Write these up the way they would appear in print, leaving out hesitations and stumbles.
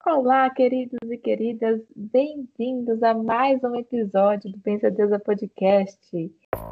Olá, queridos e queridas, bem-vindos a mais um episódio do Pensa Deusa Podcast.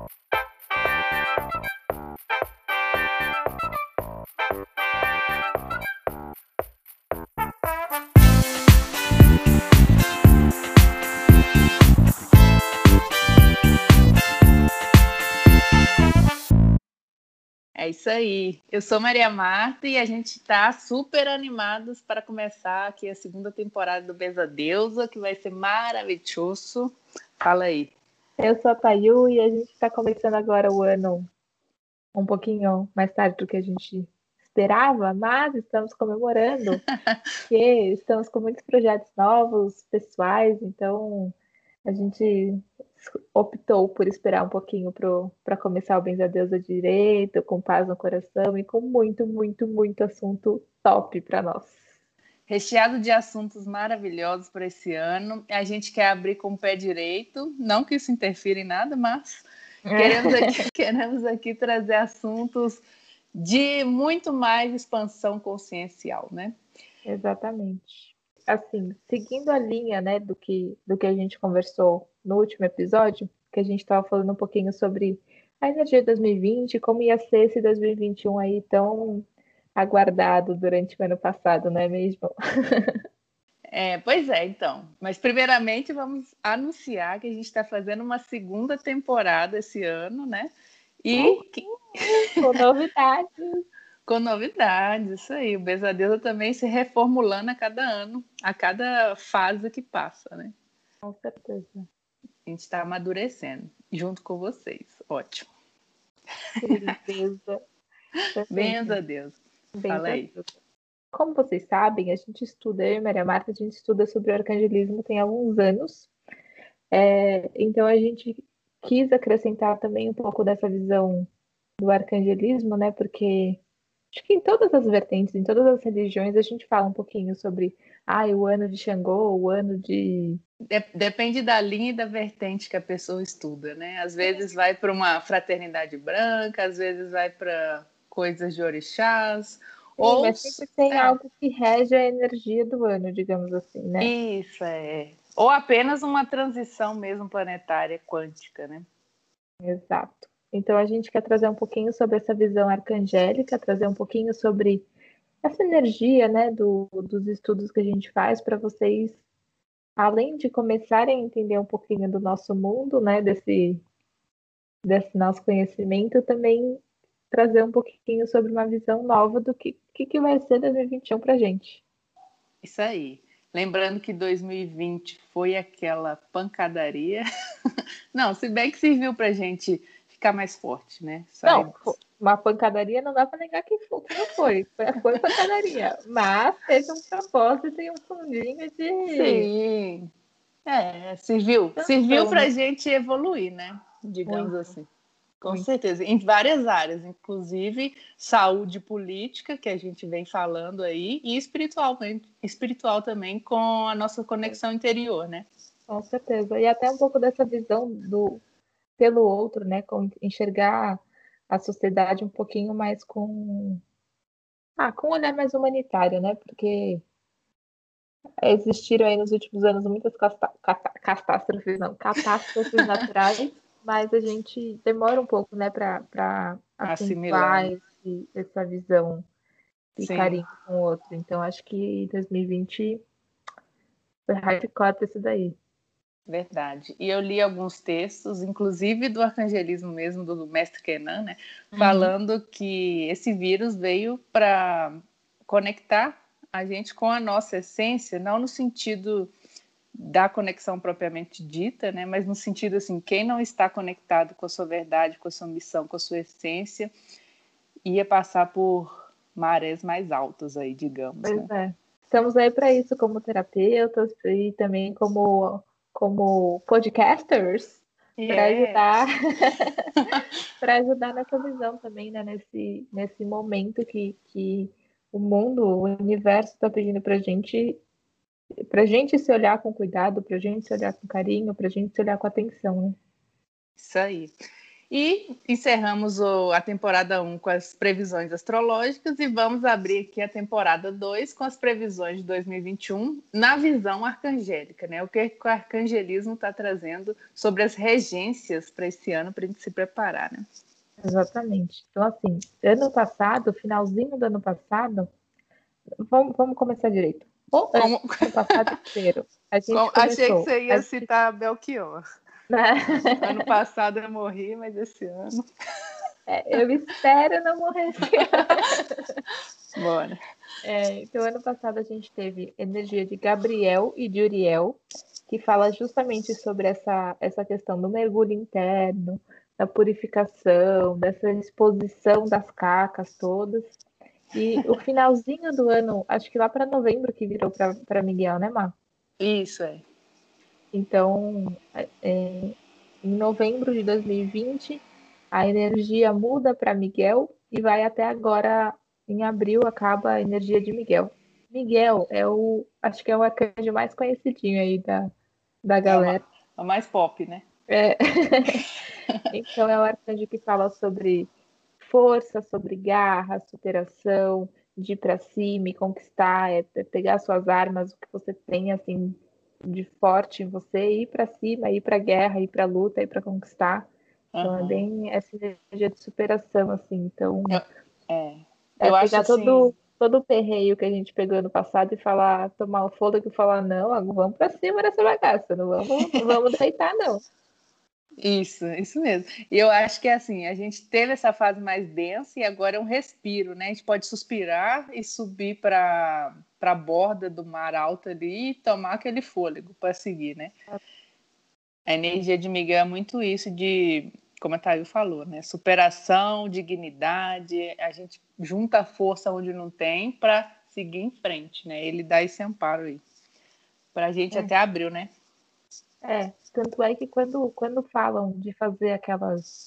É isso aí. Eu sou Maria Marta e a gente está super animados para começar aqui a segunda temporada do Benza Deusa, que vai ser maravilhoso. Fala aí. Eu sou a Tayu e a gente está começando agora o ano um pouquinho mais tarde do que a gente esperava, mas estamos comemorando que estamos com muitos projetos novos, pessoais, então a gente optou por esperar um pouquinho para começar o Benza Deusa direito, com paz no coração e com muito assunto top para nós. Recheado de assuntos maravilhosos para esse ano. A gente quer abrir com o pé direito, não que isso interfira em nada, mas queremos aqui trazer assuntos de muito mais expansão consciencial, né? Exatamente. Assim, seguindo a linha, né, do que a gente conversou no último episódio, que a gente estava falando um pouquinho sobre a energia de 2020, como ia ser esse 2021 aí tão aguardado durante o ano passado, não é mesmo? Pois é, então. Mas primeiramente vamos anunciar que a gente está fazendo uma segunda temporada esse ano, né? Com novidades. Com novidades, isso aí. O Pesadelo também se reformulando a cada ano, a cada fase que passa, né? Com certeza. A gente está amadurecendo junto com vocês. Ótimo. Que lindeza. Benza a Deus. Fala aí. Como vocês sabem, a gente estuda, eu e Maria Marta, a gente estuda sobre o arcangelismo tem alguns anos. Então a gente quis acrescentar também um pouco dessa visão do arcangelismo, né? Porque acho que em todas as vertentes, em todas as religiões, a gente fala um pouquinho sobre o ano de Xangô, o ano de. Depende da linha e da vertente que a pessoa estuda, né? Às vezes vai para uma fraternidade branca, às vezes vai para coisas de orixás. Sim, mas sempre tem algo que rege a energia do ano, digamos assim, né? Isso, Ou apenas uma transição mesmo planetária quântica, né? Exato. Então a gente quer trazer um pouquinho sobre essa visão arcangélica, trazer um pouquinho sobre essa energia, né, dos estudos que a gente faz para vocês, além de começarem a entender um pouquinho do nosso mundo, né, desse nosso conhecimento, também trazer um pouquinho sobre uma visão nova do que vai ser 2021 para a gente. Isso aí. Lembrando que 2020 foi aquela pancadaria. Não, se bem que serviu para a gente ficar mais forte, né? Não, uma pancadaria não dá para negar que não foi. Foi pancadaria. Mas teve um propósito e um fundinho de. Sim. Serviu para a gente evoluir, né? Digamos Muito. assim. Com certeza, em várias áreas, inclusive saúde política, que a gente vem falando aí, e espiritual também, com a nossa conexão interior, né? Com certeza. E até um pouco dessa visão pelo outro, né? Com enxergar a sociedade um pouquinho mais com um olhar mais humanitário, né? Porque existiram aí nos últimos anos muitas catástrofes naturais, mas a gente demora um pouco, né, para acentuar essa visão de carinho com o outro. Então, acho que 2020 foi hardcore isso daí. Verdade. E eu li alguns textos, inclusive do arcangelismo mesmo, do mestre Kenan, né? Falando que esse vírus veio para conectar a gente com a nossa essência, não no sentido da conexão propriamente dita, né? Mas no sentido assim, quem não está conectado com a sua verdade, com a sua missão, com a sua essência, ia passar por marés mais altas aí, digamos. Pois é. Estamos aí para isso como terapeutas e também como podcasters para ajudar para ajudar nessa visão também, né? Nesse momento que o mundo, o universo está pedindo para gente se olhar com cuidado, para gente se olhar com carinho, para gente se olhar com atenção, né? Isso aí. E encerramos a temporada 1 com as previsões astrológicas e vamos abrir aqui a temporada 2 com as previsões de 2021 na visão arcangélica, né? O que o arcangelismo está trazendo sobre as regências para esse ano, para a gente se preparar, né? Exatamente. Então, assim, ano passado, finalzinho do ano passado, vamos começar direito. Ano passado inteiro, a gente Achei que começou. você ia citar Belchior. Ano passado eu morri, mas esse ano... Eu espero não morrer esse ano. Bora. Então, ano passado a gente teve energia de Gabriel e de Uriel, que fala justamente sobre essa questão do mergulho interno, da purificação, dessa exposição das cacas todas. E o finalzinho do ano, acho que lá para novembro que virou para Miguel, né, Má? Isso, é. Então, em novembro de 2020, a energia muda para Miguel e vai até agora, em abril, acaba a energia de Miguel. Miguel acho que é o arcanjo mais conhecidinho aí da galera. É o mais pop, né? Então, é o arcanjo que fala sobre força, sobre garra, superação, de ir para cima e conquistar, pegar suas armas, o que você tem, assim, de forte em você, ir para cima, ir para a guerra, ir para a luta, ir para conquistar. Então, é bem essa energia de superação, assim. Então, eu acho pegar assim... todo o perreio que a gente pegou no passado e falar, tomar o fôlego e falar, não, vamos para cima dessa bagaça, não vamos deitar, não. Isso mesmo. E eu acho que assim, a gente teve essa fase mais densa e agora é um respiro, né? A gente pode suspirar e subir para a borda do mar alto ali e tomar aquele fôlego para seguir, né? A energia de Miguel é muito isso de, como a Thaís falou, né? Superação, dignidade, a gente junta a força onde não tem para seguir em frente, né? Ele dá esse amparo aí. Para a gente até abril, né? Tanto é que quando falam de fazer aquelas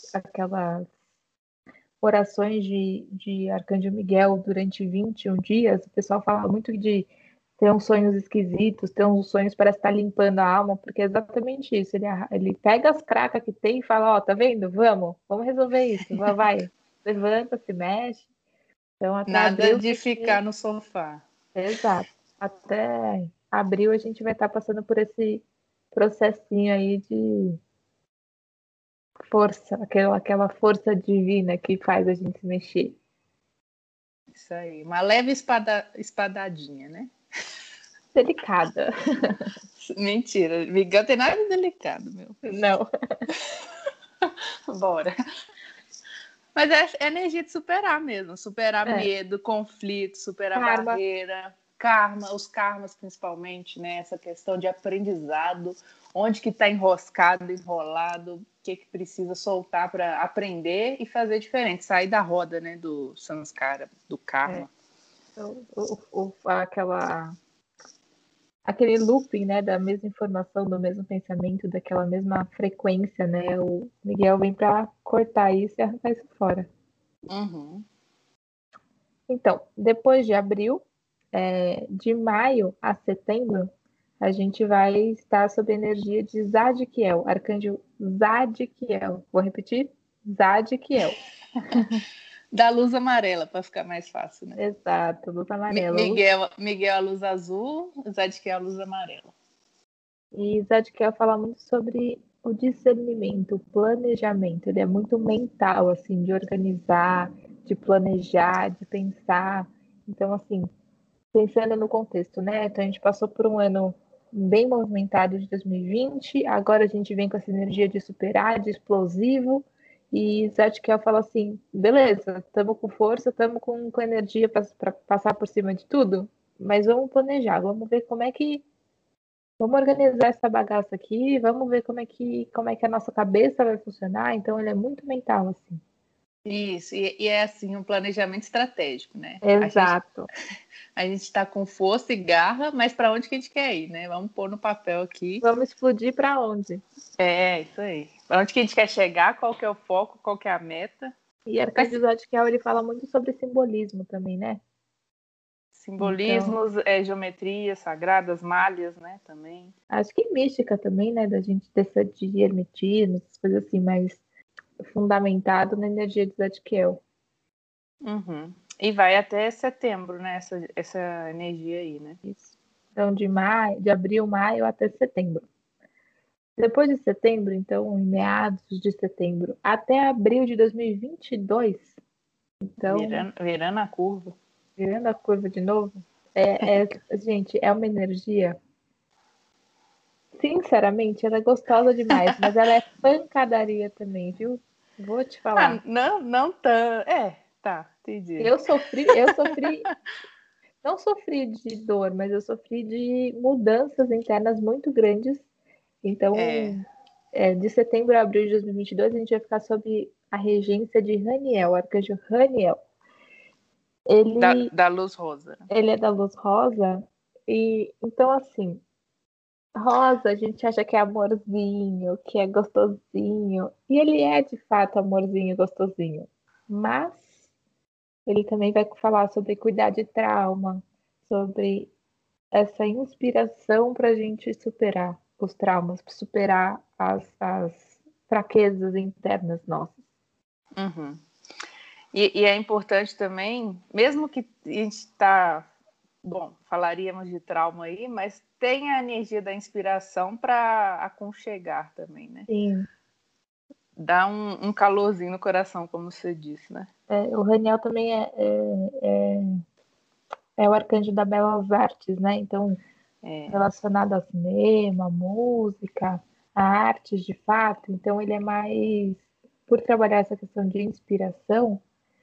orações de Arcanjo Miguel durante 21 dias, o pessoal fala muito de ter uns sonhos esquisitos, ter uns sonhos que parece estar limpando a alma, porque é exatamente isso. Ele pega as cracas que tem e fala, ó, tá vendo? Vamos resolver isso, vai. Levanta, se mexe. Então, até Nada abril de ficar no sofá. Exato. Até abril a gente vai estar passando por esse processinho aí de força, aquela força divina que faz a gente se mexer. Isso aí. Uma leve espadadinha, né? Delicada. Mentira. Miguel tem nada de delicado, meu. Não. Bora. Mas é energia de superar mesmo. Superar medo, conflito, superar barreira, karma, os karmas principalmente, né? Essa questão de aprendizado. Onde que está enroscado, enrolado, o que precisa soltar para aprender e fazer diferente. Sair da roda, né? Do samskara, do karma. Aquele looping, né, da mesma informação, do mesmo pensamento, daquela mesma frequência, né? O Miguel vem para cortar isso e arrancar isso fora. Então, depois de abril, de maio a setembro, a gente vai estar sob a energia de Zadkiel, arcanjo Zadkiel. Vou repetir? Zadkiel. Da luz amarela, para ficar mais fácil, né? Exato, luz amarela. Miguel a luz azul, Zadkiel a luz amarela. E Zadkiel fala muito sobre o discernimento, o planejamento. Ele é muito mental, assim, de organizar, de planejar, de pensar. Então, assim, pensando no contexto, né? Então, a gente passou por um ano bem movimentado de 2020, agora a gente vem com essa energia de superar, de explosivo, e Zadkiel fala assim, beleza, estamos com força, estamos com energia para passar por cima de tudo, mas vamos planejar, vamos ver vamos organizar essa bagaça aqui, vamos ver como é que a nossa cabeça vai funcionar, então ele é muito mental, assim. Isso, e é assim, um planejamento estratégico, né? Exato. A gente está com força e garra, mas para onde que a gente quer ir, né? Vamos pôr no papel aqui. Vamos explodir para onde? Isso aí. Para onde que a gente quer chegar, qual que é o foco, qual que é a meta. E Arcanjo Zadkiel, ele fala muito sobre simbolismo também, né? Simbolismos, então, geometrias sagradas, malhas, né, também. Acho que mística também, né? Da gente ter de hermetismo, essas coisas assim, mas fundamentado na energia de Zadkiel. Uhum. E vai até setembro, né? Essa energia aí, né? Isso. Então, de abril, maio até setembro. Depois de setembro, então, em meados de setembro, até abril de 2022, então, Virando a curva. virando a curva de novo, gente, é uma energia. Sinceramente, ela é gostosa demais, mas ela é pancadaria também, viu? Vou te falar. Não tão. Tá, entendi. Eu sofri, não sofri de dor, mas eu sofri de mudanças internas muito grandes. É, Então, de setembro a abril de 2022, a gente vai ficar sob a regência de Raniel, o arcanjo Raniel. Ele, da luz rosa. ele é da luz rosa, e então, assim, rosa a gente acha que é amorzinho, que é gostosinho, e ele é de fato amorzinho, gostosinho, mas ele também vai falar sobre cuidar de trauma, sobre essa inspiração para a gente superar os traumas, superar as fraquezas internas nossas. Uhum. E é importante também, mesmo que a gente está, bom, falaríamos de trauma aí, mas tem a energia da inspiração para aconchegar também, né? Sim, Dá um calorzinho no coração, como você disse, né? o Raniel também é o arcanjo da belas artes, né? Então, É. relacionado ao cinema, música, a artes de fato. Então, ele é mais, por trabalhar essa questão de inspiração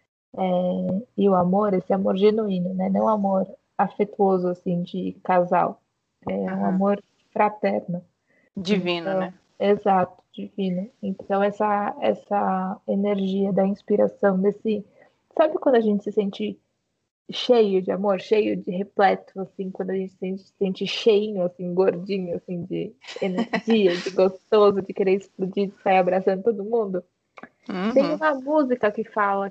e o amor, esse amor genuíno, né? Não amor afetuoso, assim, de casal. É um Uhum. amor fraterno. Divino, Então, né? exato, divino. Então, essa energia da inspiração, desse. Sabe quando a gente se sente cheio de amor, cheio de repleto, assim, quando a gente se sente cheinho, assim, gordinho, assim, de energia, de gostoso, de querer explodir, de sair abraçando todo mundo? Tem Uhum. uma música que fala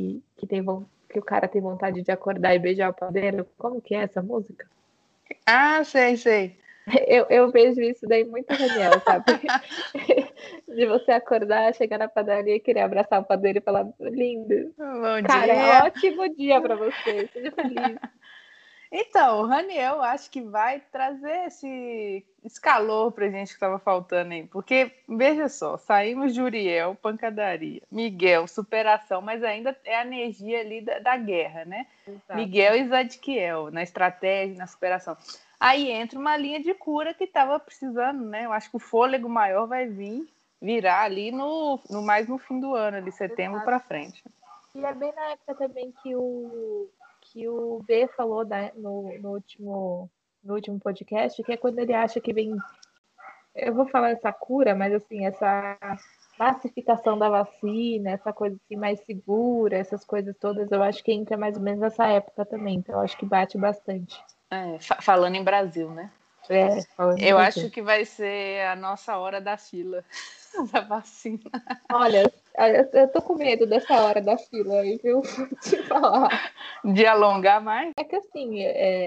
que o cara tem vontade de acordar e beijar o padeiro. Como que é essa música? Ah, sei. Eu vejo isso daí muito Raniel, sabe? De você acordar, chegar na padaria e querer abraçar o padeiro e falar, lindo, Bom cara, dia. ótimo dia pra você, seja feliz. Então, o Raniel eu acho que vai trazer esse calor pra gente que estava faltando aí. Porque, veja só, saímos de Uriel, pancadaria, Miguel, superação, mas ainda é a energia ali da guerra, né? Exato. Miguel e Zadkiel, na estratégia, na superação. Aí entra uma linha de cura que estava precisando, né? Eu acho que o fôlego maior vai virar ali mais no fim do ano, ali, setembro Exato. para frente. E é bem na época também que o B falou, né, no último podcast, que é quando ele acha que vem, eu vou falar essa cura, mas assim, essa massificação da vacina, essa coisa assim mais segura, essas coisas todas, eu acho que entra mais ou menos nessa época também, então eu acho que bate bastante. Falando em Brasil, né? Falando no Eu acho Brasil. que vai ser a nossa hora da fila da vacina. Olha, eu tô com medo dessa hora da fila aí, viu? Vou te falar. De alongar mais? É que assim,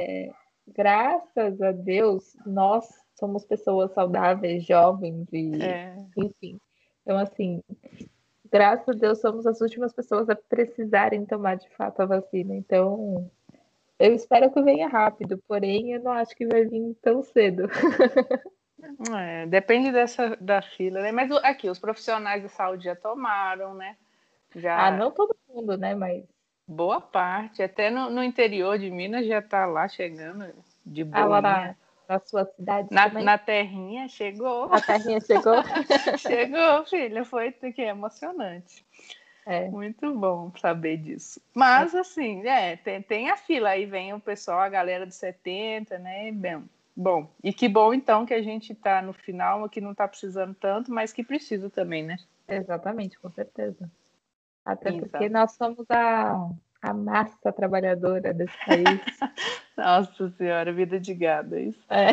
graças a Deus, nós somos pessoas saudáveis, jovens e, É, enfim. Então, assim, graças a Deus somos as últimas pessoas a precisarem tomar de fato a vacina. Então, eu espero que venha rápido, porém, eu não acho que vai vir tão cedo. depende da fila, né? Mas aqui, os profissionais de saúde já tomaram, né? Ah, Já não todo mundo, né? Mas boa parte, até no interior de Minas já está lá chegando de lá boinha. na sua cidade também, Na terrinha chegou. a terrinha chegou. Chegou, filha, foi que é emocionante. É, Muito bom saber disso. é, Mas, assim, tem a fila. Aí vem o pessoal, a galera dos 70, né? Bom, e que bom, então, que a gente está no final, que não está precisando tanto, mas que precisa também, né? exatamente, com certeza. Até porque Exato. nós somos a massa trabalhadora desse país. Nossa Senhora, vida de gado, é isso. É.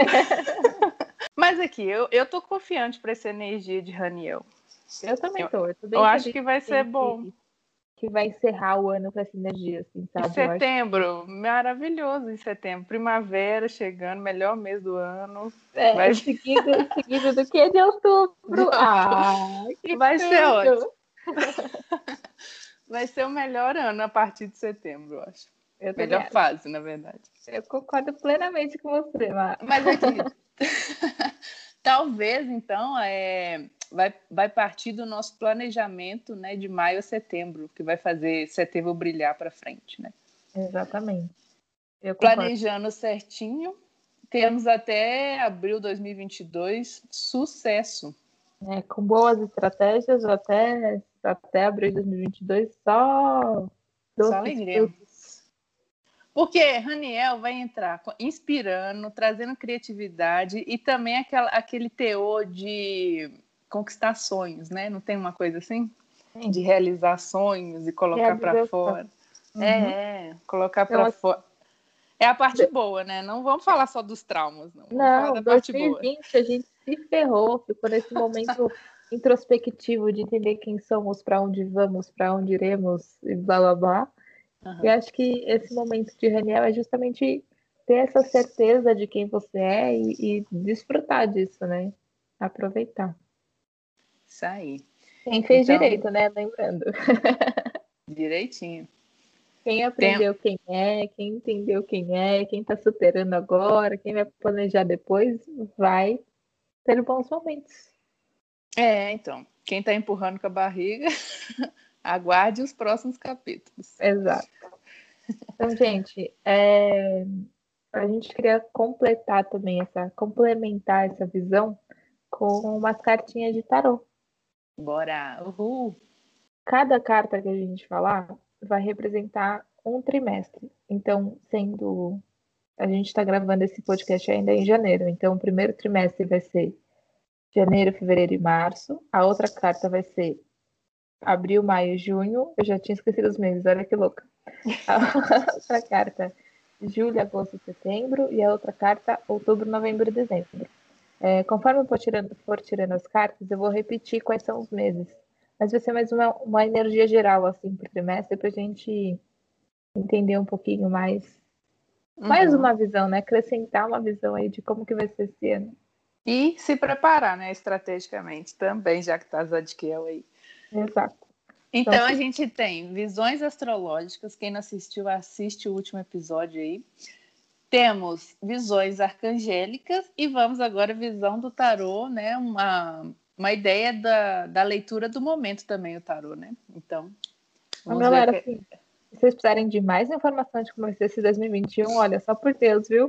Mas aqui, eu tô confiante para essa energia de Raniel. Eu também Eu, tô. Eu tô eu bem acho feliz que vai ser assim, bom. que vai encerrar o ano com essa energia, assim, Em sabe? Eu acho que setembro, maravilhoso em setembro. Primavera chegando, melhor mês do ano. é Vai, seguido do que de outubro. Ah, que vai ser ótimo. tudo! Vai ser o melhor ano a partir de setembro, eu acho. Eu Melhor fase, na verdade. Eu concordo plenamente com você, Mas aqui, talvez, então, vai partir do nosso planejamento, né, de maio a setembro, que vai fazer setembro brilhar para frente, né? Exatamente. Eu concordo. Planejando certinho, temos até abril de 2022 sucesso. Com boas estratégias, até abril de 2022, só alegria. Porque Raniel vai entrar inspirando, trazendo criatividade e também aquele teor de conquistar sonhos, né? Não tem uma coisa assim? Sim. De realizar sonhos e colocar para fora. Uhum. Colocar para fora. É a parte boa, né? Não vamos falar só dos traumas, não. Vamos falar da parte boa. 2020 a gente se ferrou, ficou nesse momento introspectivo de entender quem somos, para onde vamos, para onde iremos e blá blá blá. Uhum. E acho que esse momento de Raniel é justamente ter essa certeza de quem você é e desfrutar disso, né? Aproveitar. Isso aí. Quem fez direito, né? Lembrando. Direitinho. Quem aprendeu quem é, quem entendeu quem é, quem está superando agora, quem vai planejar depois, vai ter bons momentos. Então. Quem está empurrando com a barriga, aguarde os próximos capítulos. Exato. Então, gente, a gente queria complementar essa visão com umas cartinhas de tarô. Bora! Uhul! Cada carta que a gente falar vai representar um trimestre. Então, a gente está gravando esse podcast ainda em janeiro. Então, o primeiro trimestre vai ser janeiro, fevereiro e março. A outra carta vai ser abril, maio, junho. Eu já tinha esquecido os meses, olha que louca. A outra carta, julho, agosto, setembro. E a outra carta, outubro, novembro e dezembro. Conforme eu for tirando as cartas, eu vou repetir quais são os meses. Mas vai ser mais uma energia geral, assim, pro trimestre, pra gente entender um pouquinho mais. Uhum. Mais uma visão, né? Acrescentar uma visão aí de como que vai ser esse ano. E se preparar, né, estrategicamente também, já que tá Zadkiel aí. Exato. Então, a gente tem visões astrológicas. Quem não assistiu, assiste o último episódio aí. Temos visões arcangélicas e vamos agora à visão do tarô, né? Uma ideia da leitura do momento também, o tarô, né? Então, vamos galera, ver. Assim, se vocês precisarem de mais informação de como vai ser esse 2021, olha, só por Deus, viu?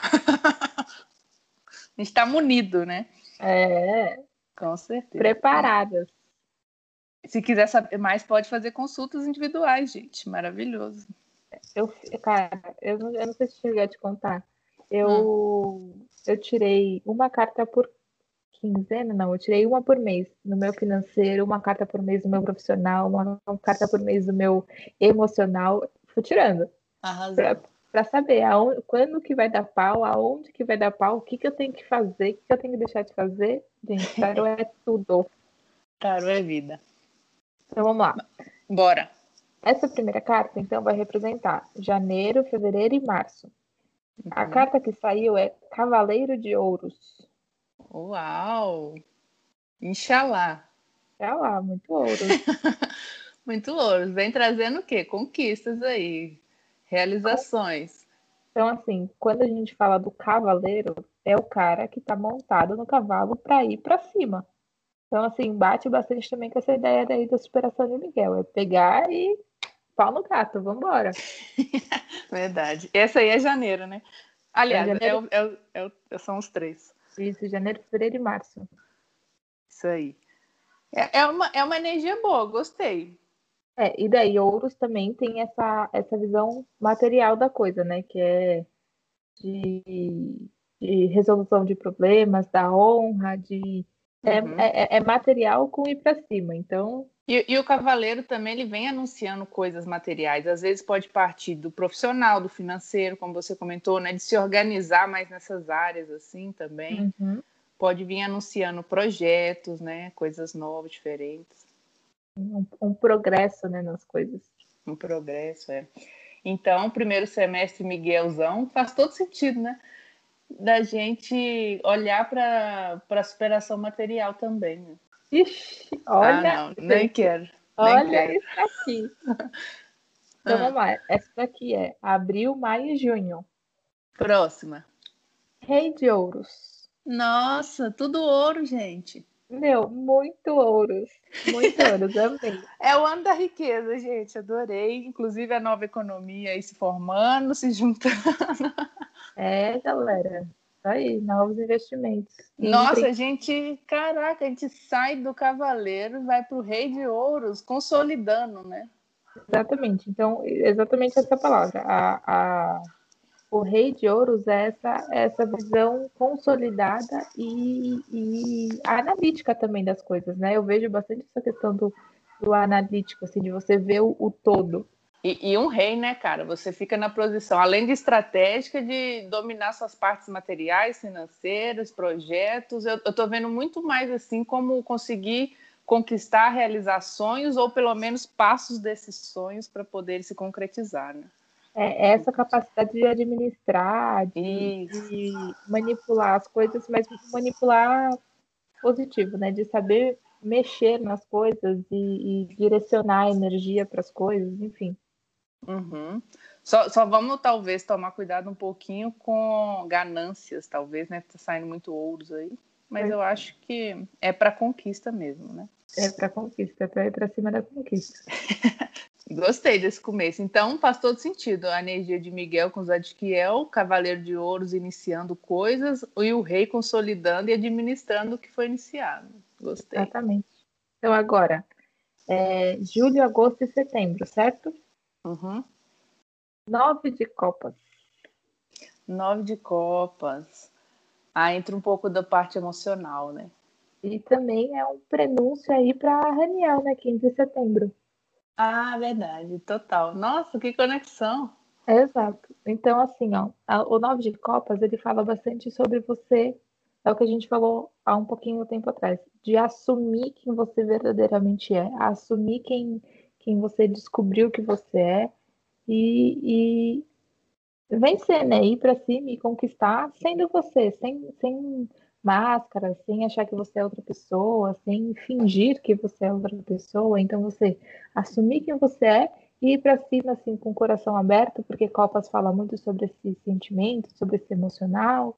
A gente está munido, né? Com certeza. Preparadas. Se quiser saber mais, pode fazer consultas individuais, gente. Maravilhoso. Cara, eu não sei se cheguei a te contar. Eu tirei uma carta por quinzena, não. Eu tirei uma por mês no meu financeiro, uma carta por mês no meu profissional, uma carta por mês no meu emocional. Fui tirando. Para saber quando que vai dar pau, aonde que vai dar pau, o que eu tenho que fazer, o que eu tenho que deixar de fazer. Gente, tarô é tudo. Tarô é vida. Então vamos lá. Bora. Essa primeira carta, então, vai representar janeiro, fevereiro e março. A carta que saiu é Cavaleiro de Ouros. Uau! Inxalá. Inxalá, muito ouro. Muito ouro. Vem trazendo o quê? Conquistas aí. Realizações. Então, assim, quando a gente fala do cavaleiro, é o cara que está montado no cavalo para ir para cima. Então, assim, bate bastante também com essa ideia daí da superação de Miguel. É pegar e pau no gato, vambora. Verdade. Essa aí é janeiro, né? Aliás, são os 3. Isso, janeiro, fevereiro e março. Isso aí. É uma energia boa, gostei. E daí Ouros também tem essa visão material da coisa, né? Que é de resolução de problemas, da honra, é material com ir para cima. Então. E o cavaleiro também ele vem anunciando coisas materiais. Às vezes pode partir do profissional, do financeiro, como você comentou, né? De se organizar mais nessas áreas assim também. Uhum. Pode vir anunciando projetos, né? Coisas novas, diferentes. Um progresso, né, nas coisas. Um progresso, Então, primeiro semestre Miguelzão faz todo sentido, né? Da gente olhar para a superação material também. Né? Ixi, olha. Não, nem quero. Nem Olha quero. isso aqui. Então Ah, vamos lá. Essa daqui é abril, maio e junho. próxima. Rei de ouros. Nossa, tudo ouro, gente. Meu, muito ouros. Muito ouros, amei. É o ano da riqueza, gente. Adorei. Inclusive a nova economia aí se formando, se juntando. É, galera. Isso aí, novos investimentos. Nossa, a gente, caraca, a gente sai do cavaleiro, vai para o rei de ouros, consolidando, né? Exatamente. Então, exatamente essa palavra. O rei de ouros é essa visão consolidada e analítica também das coisas, né? Eu vejo bastante essa questão do analítico, assim, de você ver o todo. E um rei, né, cara? Você fica na posição, além de estratégica, de dominar suas partes materiais, financeiras, projetos. Eu tô vendo muito mais assim como conseguir conquistar, realizar sonhos, ou pelo menos passos desses sonhos para poder se concretizar, né? É essa capacidade de administrar, Isso. de manipular as coisas, mas manipular positivo, né? De saber mexer nas coisas e direcionar a energia para as coisas, enfim. Uhum. Só vamos talvez tomar cuidado um pouquinho com ganâncias, talvez, né? Tá saindo muito ouros aí, mas eu acho que é para conquista mesmo, né? É para conquista, é para ir para cima da conquista. Gostei desse começo. Então faz todo sentido. A energia de Miguel com Zadkiel, Cavaleiro de Ouros iniciando coisas e o rei consolidando e administrando o que foi iniciado. Gostei. Exatamente. Então, agora, julho, agosto e setembro, certo? Uhum. 9 de copas. 9 de copas. Ah, entra um pouco da parte emocional, né? E também é um prenúncio aí para a reunião, né? 15 de setembro. Ah, verdade, total. Nossa, que conexão. Exato. Então, assim, ó, o 9 de copas, ele fala bastante sobre você, é o que a gente falou há um pouquinho tempo atrás, de assumir quem você verdadeiramente é, assumir quem você descobriu que você é e vencer, né? Ir para cima e conquistar sendo você, sem máscara, sem achar que você é outra pessoa, sem fingir que você é outra pessoa. Então, você assumir quem você é e ir para cima, assim, com o coração aberto, porque Copas fala muito sobre esse sentimento, sobre esse emocional.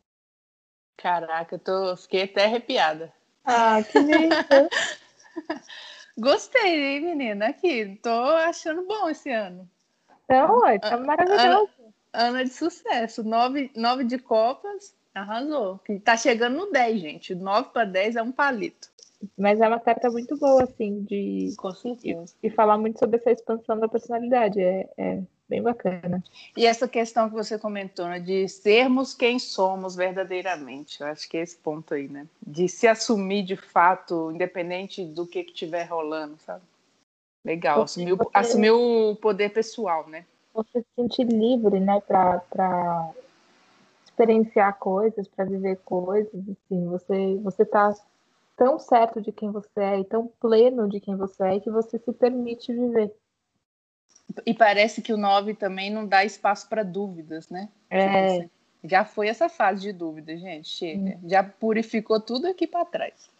Caraca, fiquei até arrepiada. Ah, que lindo! Gostei, hein, menina? Aqui, tô achando bom esse ano. Então, tá Ana, maravilhoso. Ana de sucesso. 9 de copas, arrasou. Que tá chegando no 10, gente. 9 para 10 é um palito. Mas é uma carta muito boa, assim, Com e, certeza. e falar muito sobre essa expansão da personalidade. É bem bacana. E essa questão que você comentou, né, de sermos quem somos verdadeiramente, eu acho que é esse ponto aí, né? De se assumir de fato, independente do que estiver rolando, sabe? Legal, assumir Você o poder pessoal, né? você se sentir livre, né, para experienciar coisas, para viver coisas, assim, você tá tão certo de quem você é e tão pleno de quem você é que você se permite viver. E parece que o 9 também não dá espaço para dúvidas, né? Tipo É, assim, já foi essa fase de dúvida, gente, chega. Já purificou tudo aqui para trás.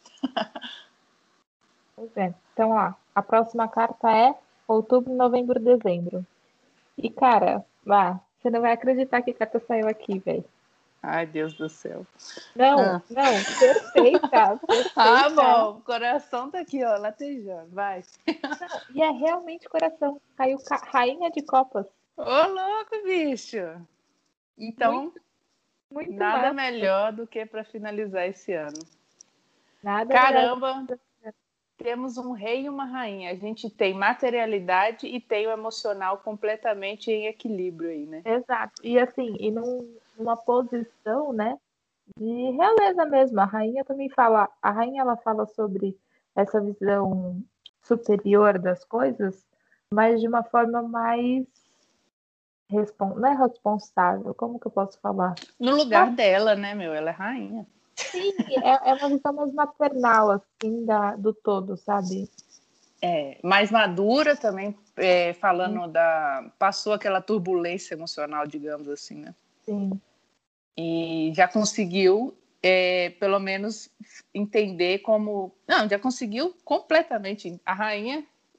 pois é. Então, ó, a próxima carta é outubro, novembro, dezembro. E, cara, você não vai acreditar que carta saiu aqui, velho. Ai, Deus do céu. Não, Ah, não, perfeita, perfeita. bom, o coração tá aqui, ó, latejando, vai. Não, e é realmente coração. Caiu Rainha de Copas. Ô, louco, bicho! Então, Muito, muito nada massa. melhor do que para finalizar esse ano. Nada melhor do Caramba, temos um rei e uma rainha. A gente tem materialidade e tem o emocional completamente em equilíbrio aí, né? exato. E assim, numa posição, né, de realeza mesmo. A rainha também fala, a rainha ela fala sobre essa visão superior das coisas, mas de uma forma mais não é responsável, como que eu posso falar? No lugar Mas dela, né, meu? Ela é rainha. sim, é uma visão mais maternal, assim, do todo, sabe? É, mais madura também, falando da. Passou aquela turbulência emocional, digamos assim, né? Sim, E já conseguiu, pelo menos, entender como. Não, já conseguiu completamente. A rainha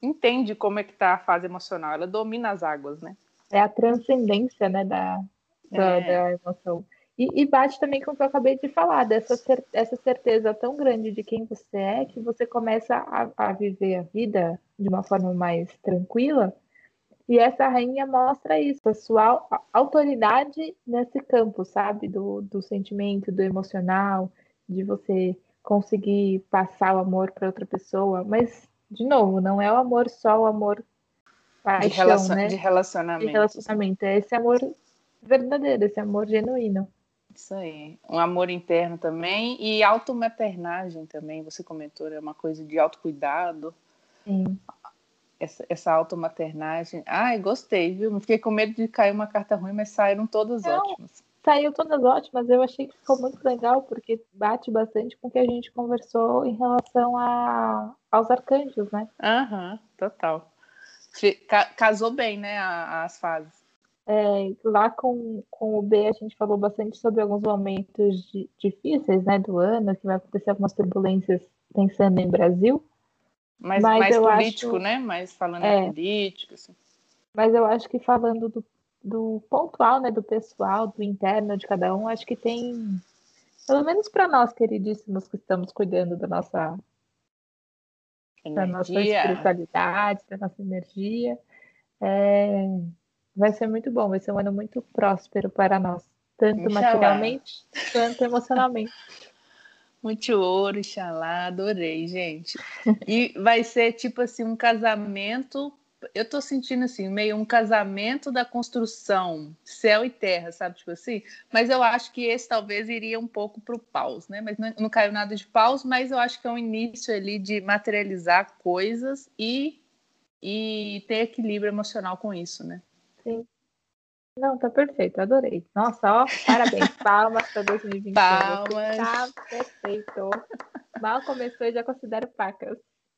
entende como é que está a fase emocional, ela domina as águas, né? É a transcendência, né, da emoção. E bate também com o que eu acabei de falar, essa certeza tão grande de quem você é, que você começa a viver a vida de uma forma mais tranquila. E essa rainha mostra isso, a sua autoridade nesse campo, sabe? Do sentimento, do emocional, de você conseguir passar o amor para outra pessoa. Mas, de novo, não é o amor só o amor paixão, De né? De relacionamentos, né? relacionamento. É esse amor verdadeiro, esse amor genuíno. Isso aí. Um amor interno também e automaternagem também, você comentou, é uma coisa de autocuidado. Sim. Essa automaternagem. Ai, gostei, viu? Não fiquei com medo de cair uma carta ruim, mas saíram todas Não, ótimas. saiu todas ótimas. Eu achei que ficou muito legal, porque bate bastante com o que a gente conversou em relação aos arcanjos, né? Aham, total. Casou bem, né, as fases. Lá com o B, a gente falou bastante sobre alguns momentos difíceis, né, do ano, que vai acontecer algumas turbulências pensando em Brasil, mas Mais eu político, acho, né? Mais falando em é, política, assim. mas eu acho que falando do pontual, né, do pessoal, do interno de cada um, acho que tem, pelo menos para nós, queridíssimos, que estamos cuidando da nossa Energia. espiritualidade, da nossa energia, é, vai ser muito bom, vai ser um ano muito próspero para nós, tanto Inxalá. materialmente quanto emocionalmente. Muito ouro, Inxalá. Adorei, gente. E vai ser tipo assim, um casamento. Eu tô sentindo assim, meio um casamento da construção, céu e terra, sabe? Tipo assim. Mas eu acho que esse talvez iria um pouco pro paus, né? Mas não caiu nada de paus, mas eu acho que é um início ali de materializar coisas e ter equilíbrio emocional com isso, né? Sim. Não, tá perfeito, adorei. Nossa, ó, parabéns, palmas para 2021. Você Palmas. tá perfeito. Mal começou e já considero pacas.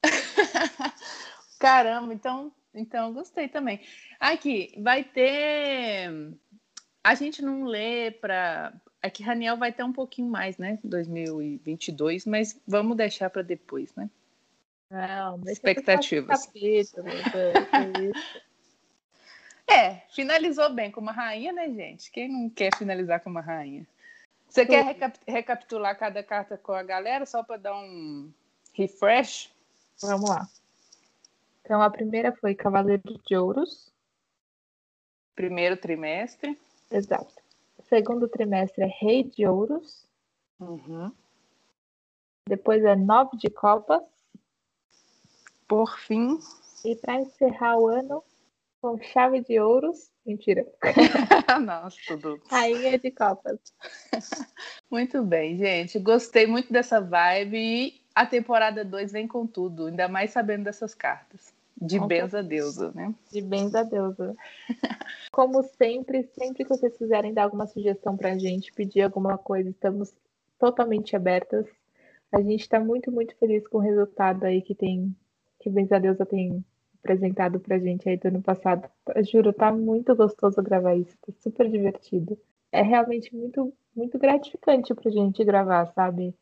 Caramba, então gostei também. Aqui, vai ter. A gente não lê para. É que Raniel vai ter um pouquinho mais, né? 2022, mas vamos deixar para depois, né? Não, deixa para os próximos Expectativas. capítulos. Que isso. Finalizou bem com uma rainha, né, gente? Quem não quer finalizar com uma rainha? Você quer Tudo. recapitular cada carta com a galera só para dar um refresh? Vamos lá. Então, a primeira foi Cavaleiro de Ouros. Primeiro trimestre. Exato. Segundo trimestre é Rei de Ouros. Uhum. Depois é Nove de Copas. Por fim. E para encerrar o ano, com Chave de Ouros. Mentira. Nossa, tudo. Rainha de Copas. Muito bem, gente. Gostei muito dessa vibe e a temporada 2 vem com tudo, ainda mais sabendo dessas cartas. De Com benza certeza. deusa, né? De bens a deusa. Como sempre, sempre que vocês quiserem dar alguma sugestão pra gente, pedir alguma coisa, estamos totalmente abertas. A gente está muito, muito feliz com o resultado aí que o Bens a Deusa tem apresentado pra gente aí do ano passado. Eu juro, tá muito gostoso gravar isso, tá super divertido. É realmente muito, muito gratificante pra gente gravar, sabe?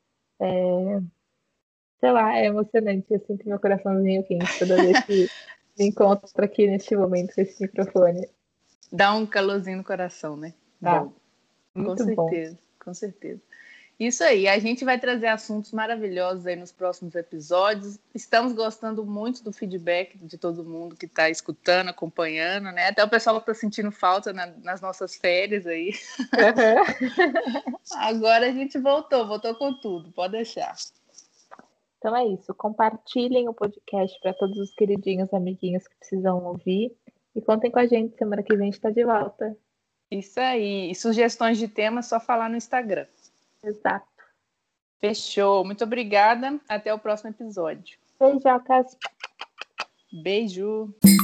Sei lá, é emocionante. Eu sinto meu coraçãozinho quente toda vez que me encontro aqui neste momento com esse microfone. Dá um calorzinho no coração, né? Tá, Bom, com muito bom. certeza, com certeza. Isso aí, a gente vai trazer assuntos maravilhosos aí nos próximos episódios. Estamos gostando muito do feedback de todo mundo que está escutando, acompanhando, né? Até o pessoal que está sentindo falta nas nossas férias aí. Uhum. Agora a gente voltou com tudo, pode deixar. Então é isso. Compartilhem o podcast para todos os queridinhos amiguinhos que precisam ouvir. E contem com a gente. Semana que vem a gente está de volta. Isso aí. E sugestões de temas, só falar no Instagram. Exato. Fechou. Muito obrigada. Até o próximo episódio. Beijocas. Beijo.